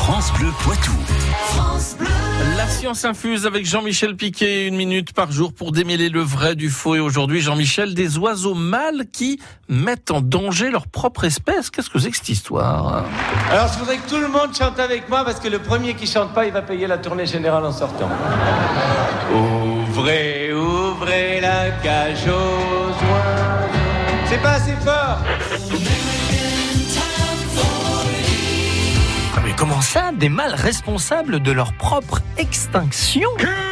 France Bleu Poitou. La science infuse avec Jean-Michel Piquet, 1 minute par jour pour démêler le vrai du faux. Et aujourd'hui, Jean-Michel, des oiseaux mâles qui mettent en danger leur propre espèce. Qu'est-ce que c'est que cette histoire ? Alors je voudrais que tout le monde chante avec moi parce que le premier qui chante pas, il va payer la tournée générale en sortant. Ouvrez, ouvrez la cage aux oiseaux. C'est pas assez fort. Mais comment ça, des mâles responsables de leur propre extinction ?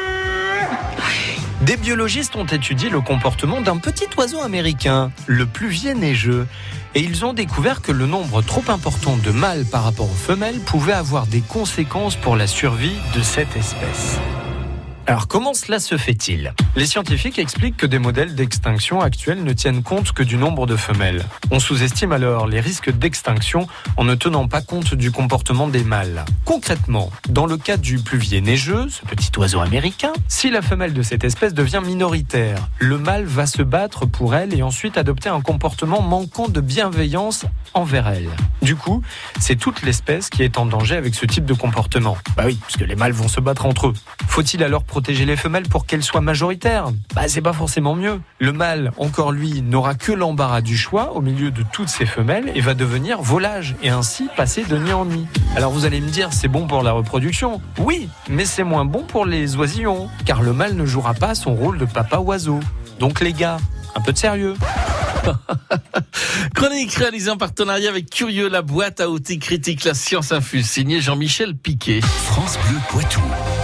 Des biologistes ont étudié le comportement d'un petit oiseau américain, le pluvier neigeux. Et ils ont découvert que le nombre trop important de mâles par rapport aux femelles pouvait avoir des conséquences pour la survie de cette espèce. Alors comment cela se fait-il ? Les scientifiques expliquent que des modèles d'extinction actuels ne tiennent compte que du nombre de femelles. On sous-estime alors les risques d'extinction en ne tenant pas compte du comportement des mâles. Concrètement, dans le cas du pluvier neigeux, ce petit oiseau américain, si la femelle de cette espèce devient minoritaire, le mâle va se battre pour elle et ensuite adopter un comportement manquant de bienveillance envers elle. Du coup, c'est toute l'espèce qui est en danger avec ce type de comportement. Bah oui, parce que les mâles vont se battre entre eux. Faut-il alors protéger les femelles pour qu'elles soient majoritaires ? Bah c'est pas forcément mieux. Le mâle, encore lui, n'aura que l'embarras du choix au milieu de toutes ces femelles et va devenir volage et ainsi passer de nid en nid. Alors vous allez me dire, c'est bon pour la reproduction ? Oui, mais c'est moins bon pour les oisillons, car le mâle ne jouera pas son rôle de papa oiseau. Donc les gars, un peu de sérieux. Chronique réalisée en partenariat avec Curieux, la boîte à outils critique la science infuse, signé Jean-Michel Piquet. France Bleu Poitou.